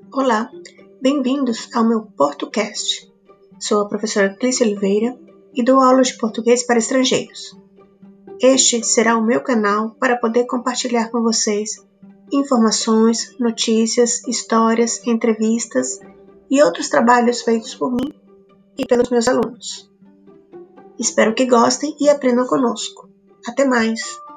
Olá, bem-vindos ao meu PortuCast. Sou a professora Clícia Oliveira e dou aulas de português para estrangeiros. Este será o meu canal para poder compartilhar com vocês informações, notícias, histórias, entrevistas e outros trabalhos feitos por mim e pelos meus alunos. Espero que gostem e aprendam conosco. Até mais!